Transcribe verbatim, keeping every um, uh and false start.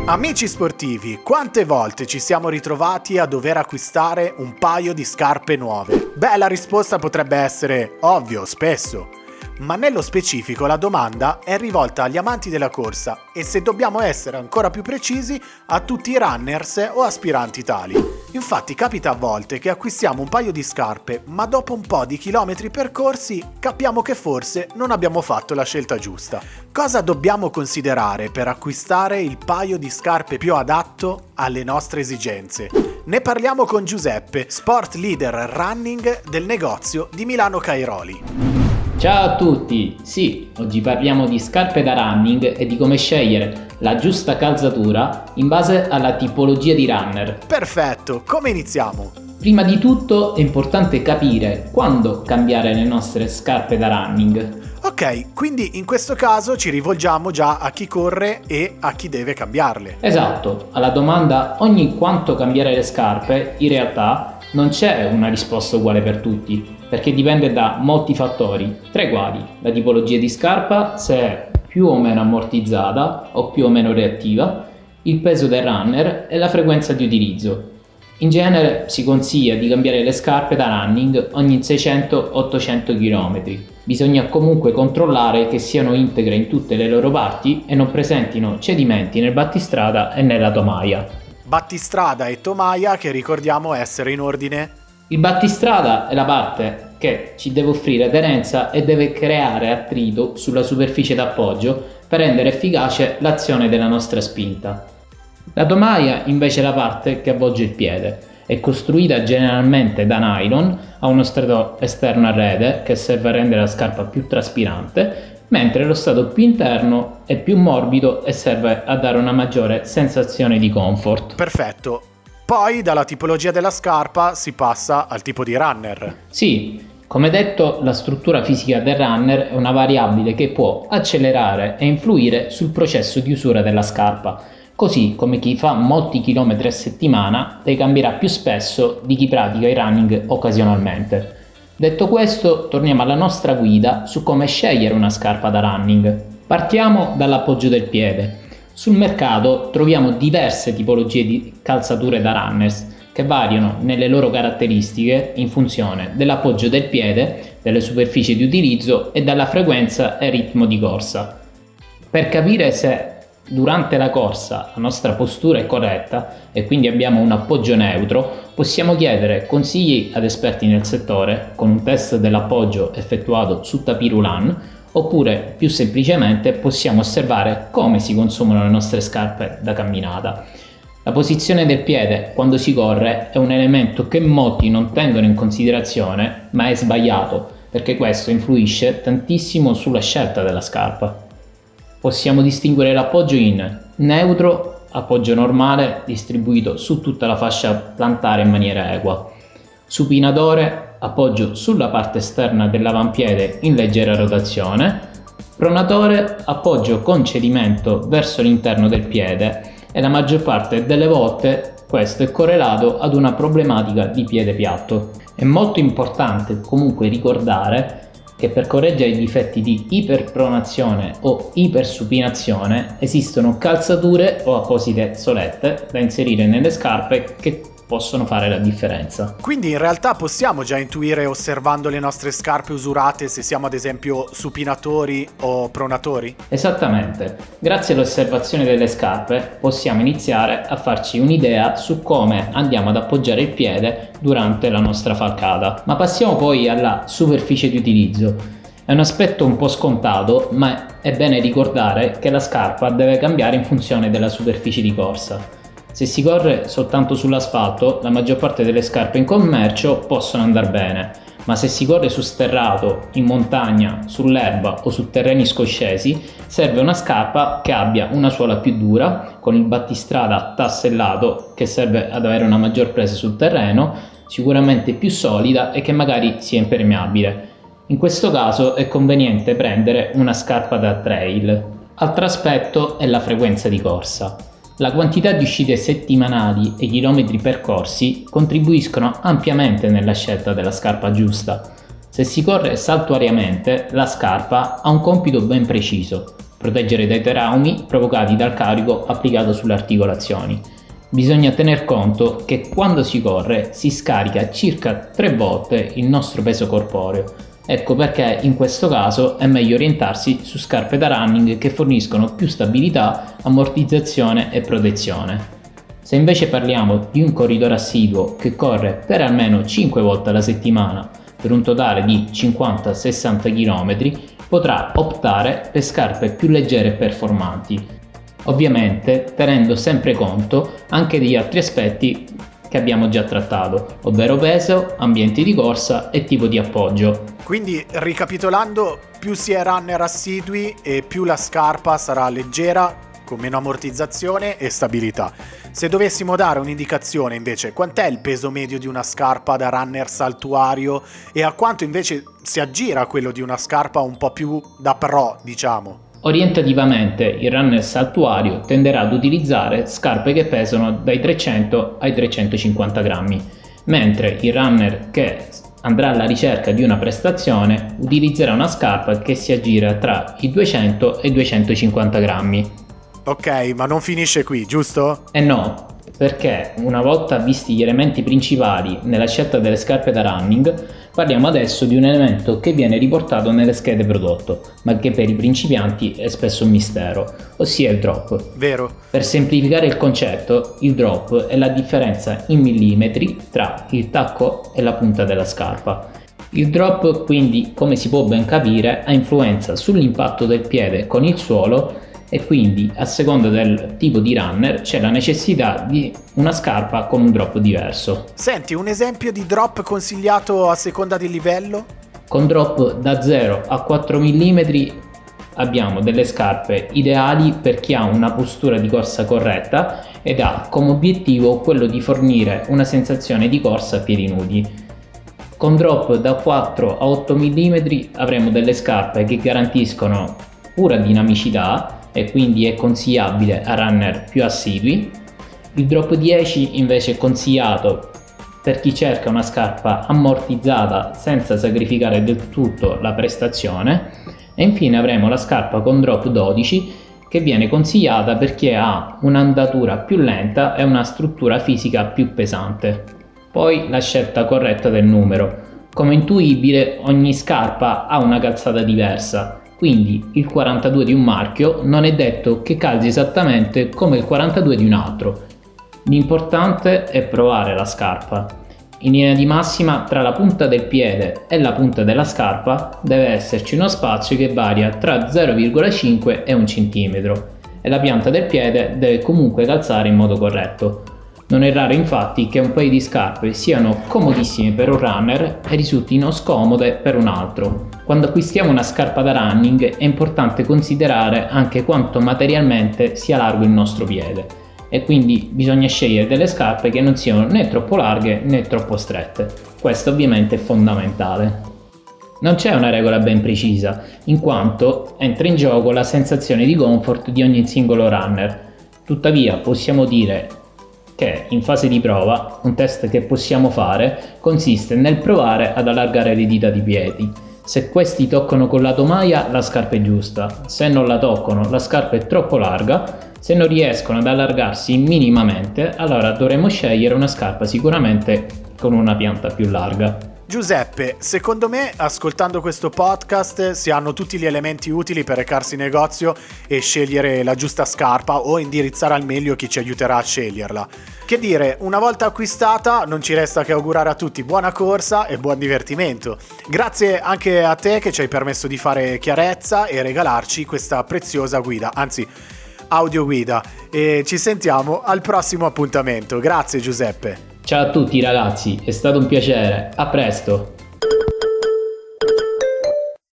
Amici sportivi, quante volte ci siamo ritrovati a dover acquistare un paio di scarpe nuove? Beh, la risposta potrebbe essere ovvio, spesso. Ma nello specifico la domanda è rivolta agli amanti della corsa e, se dobbiamo essere ancora più precisi, a tutti i runners o aspiranti tali. Infatti capita a volte che acquistiamo un paio di scarpe, ma dopo un po' di chilometri percorsi capiamo che forse non abbiamo fatto la scelta giusta. Cosa dobbiamo considerare per acquistare il paio di scarpe più adatto alle nostre esigenze? Ne parliamo con Giuseppe, sport leader running del negozio di Milano Cairoli. Ciao a tutti! Sì, oggi parliamo di scarpe da running e di come scegliere la giusta calzatura in base alla tipologia di runner. Perfetto, come iniziamo? Prima di tutto è importante capire quando cambiare le nostre scarpe da running. Ok, quindi in questo caso ci rivolgiamo già a chi corre e a chi deve cambiarle. Esatto, alla domanda ogni quanto cambiare le scarpe, in realtà non c'è una risposta uguale per tutti, perché dipende da molti fattori, tra i quali la tipologia di scarpa, se è più o meno ammortizzata o più o meno reattiva, il peso del runner e la frequenza di utilizzo. In genere si consiglia di cambiare le scarpe da running ogni seicento ottocento chilometri. Bisogna comunque controllare che siano integre in tutte le loro parti e non presentino cedimenti nel battistrada e nella tomaia. Battistrada e tomaia, che ricordiamo essere in ordine? Il battistrada è la parte che ci deve offrire aderenza e deve creare attrito sulla superficie d'appoggio per rendere efficace l'azione della nostra spinta. La tomaia invece è la parte che avvolge il piede. È costruita generalmente da nylon, ha uno strato esterno a rete che serve a rendere la scarpa più traspirante, mentre lo strato più interno è più morbido e serve a dare una maggiore sensazione di comfort. Perfetto. Poi dalla tipologia della scarpa si passa al tipo di runner. Sì, come detto, la struttura fisica del runner è una variabile che può accelerare e influire sul processo di usura della scarpa, così come chi fa molti chilometri a settimana le cambierà più spesso di chi pratica il running occasionalmente. Detto questo, torniamo alla nostra guida su come scegliere una scarpa da running. Partiamo dall'appoggio del piede. Sul mercato troviamo diverse tipologie di calzature da runners che variano nelle loro caratteristiche in funzione dell'appoggio del piede, delle superfici di utilizzo e dalla frequenza e ritmo di corsa. Per capire se durante la corsa la nostra postura è corretta e quindi abbiamo un appoggio neutro, possiamo chiedere consigli ad esperti nel settore con un test dell'appoggio effettuato su tapis roulant, oppure più semplicemente possiamo osservare come si consumano le nostre scarpe da camminata. La posizione del piede quando si corre è un elemento che molti non tengono in considerazione, ma è sbagliato, perché questo influisce tantissimo sulla scelta della scarpa. Possiamo distinguere l'appoggio in neutro, appoggio normale distribuito su tutta la fascia plantare in maniera equa, supinatore, appoggio sulla parte esterna dell'avampiede in leggera rotazione, pronatore, appoggio con cedimento verso l'interno del piede, e la maggior parte delle volte questo è correlato ad una problematica di piede piatto. È molto importante comunque ricordare che per correggere i difetti di iperpronazione o ipersupinazione esistono calzature o apposite solette da inserire nelle scarpe che possono fare la differenza. Quindi in realtà possiamo già intuire, osservando le nostre scarpe usurate, se siamo ad esempio supinatori o pronatori? Esattamente. Grazie all'osservazione delle scarpe possiamo iniziare a farci un'idea su come andiamo ad appoggiare il piede durante la nostra falcata. Ma passiamo poi alla superficie di utilizzo. È un aspetto un po' scontato, ma è bene ricordare che la scarpa deve cambiare in funzione della superficie di corsa. Se si corre soltanto sull'asfalto, la maggior parte delle scarpe in commercio possono andare bene, ma se si corre su sterrato, in montagna, sull'erba o su terreni scoscesi, serve una scarpa che abbia una suola più dura, con il battistrada tassellato che serve ad avere una maggior presa sul terreno, sicuramente più solida e che magari sia impermeabile. In questo caso è conveniente prendere una scarpa da trail. Altro aspetto è la frequenza di corsa. La quantità di uscite settimanali e i chilometri percorsi contribuiscono ampiamente nella scelta della scarpa giusta. Se si corre saltuariamente, la scarpa ha un compito ben preciso: proteggere dai traumi provocati dal carico applicato sulle articolazioni. Bisogna tener conto che quando si corre si scarica circa tre volte il nostro peso corporeo. Ecco perché in questo caso è meglio orientarsi su scarpe da running che forniscono più stabilità, ammortizzazione e protezione. Se invece parliamo di un corridore assiduo che corre per almeno cinque volte alla settimana per un totale di cinquanta sessanta chilometri, potrà optare per scarpe più leggere e performanti, ovviamente tenendo sempre conto anche degli altri aspetti che abbiamo già trattato, ovvero peso, ambienti di corsa e tipo di appoggio. Quindi, ricapitolando, più si è runner assidui e più la scarpa sarà leggera, con meno ammortizzazione e stabilità. Se dovessimo dare un'indicazione invece, quant'è il peso medio di una scarpa da runner saltuario e a quanto invece si aggira quello di una scarpa un po' più da pro, diciamo? Orientativamente il runner saltuario tenderà ad utilizzare scarpe che pesano dai trecento ai trecentocinquanta grammi, mentre il runner che andrà alla ricerca di una prestazione utilizzerà una scarpa che si aggira tra i duecento e i duecentocinquanta grammi. Ok, ma non finisce qui, giusto? Eh no, perché una volta visti gli elementi principali nella scelta delle scarpe da running, parliamo adesso di un elemento che viene riportato nelle schede prodotto, ma che per i principianti è spesso un mistero, ossia il drop. Vero. Per semplificare il concetto, il drop è la differenza in millimetri tra il tacco e la punta della scarpa. Il drop, quindi, come si può ben capire, ha influenza sull'impatto del piede con il suolo e quindi, a seconda del tipo di runner, c'è la necessità di una scarpa con un drop diverso. Senti, un esempio di drop consigliato a seconda del livello? Con drop da zero a quattro millimetri abbiamo delle scarpe ideali per chi ha una postura di corsa corretta ed ha come obiettivo quello di fornire una sensazione di corsa a piedi nudi. Con drop da quattro a otto millimetri avremo delle scarpe che garantiscono pura dinamicità e quindi è consigliabile a runner più assidui. Il drop dieci invece è consigliato per chi cerca una scarpa ammortizzata senza sacrificare del tutto la prestazione, e infine avremo la scarpa con drop dodici che viene consigliata per chi ha un'andatura più lenta e una struttura fisica più pesante. Poi la scelta corretta del numero. Come intuibile, ogni scarpa ha una calzata diversa. Quindi il quarantadue di un marchio non è detto che calzi esattamente come il quarantadue di un altro. L'importante è provare la scarpa. In linea di massima, tra la punta del piede e la punta della scarpa deve esserci uno spazio che varia tra zero virgola cinque e un centimetro e la pianta del piede deve comunque calzare in modo corretto. Non è raro infatti che un paio di scarpe siano comodissime per un runner e risultino scomode per un altro. Quando acquistiamo una scarpa da running è importante considerare anche quanto materialmente sia largo il nostro piede e quindi bisogna scegliere delle scarpe che non siano né troppo larghe né troppo strette. Questo ovviamente è fondamentale. Non c'è una regola ben precisa, in quanto entra in gioco la sensazione di comfort di ogni singolo runner. Tuttavia possiamo dire che in fase di prova un test che possiamo fare consiste nel provare ad allargare le dita di piedi. Se questi toccano con la tomaia, la scarpa è giusta, se non la toccano, la scarpa è troppo larga, se non riescono ad allargarsi minimamente, allora dovremo scegliere una scarpa sicuramente con una pianta più larga. Giuseppe, secondo me, ascoltando questo podcast si hanno tutti gli elementi utili per recarsi in negozio e scegliere la giusta scarpa o indirizzare al meglio chi ci aiuterà a sceglierla. Che dire, una volta acquistata non ci resta che augurare a tutti buona corsa e buon divertimento. Grazie anche a te che ci hai permesso di fare chiarezza e regalarci questa preziosa guida, anzi audio guida, e ci sentiamo al prossimo appuntamento. Grazie Giuseppe. Ciao a tutti ragazzi, è stato un piacere, a presto!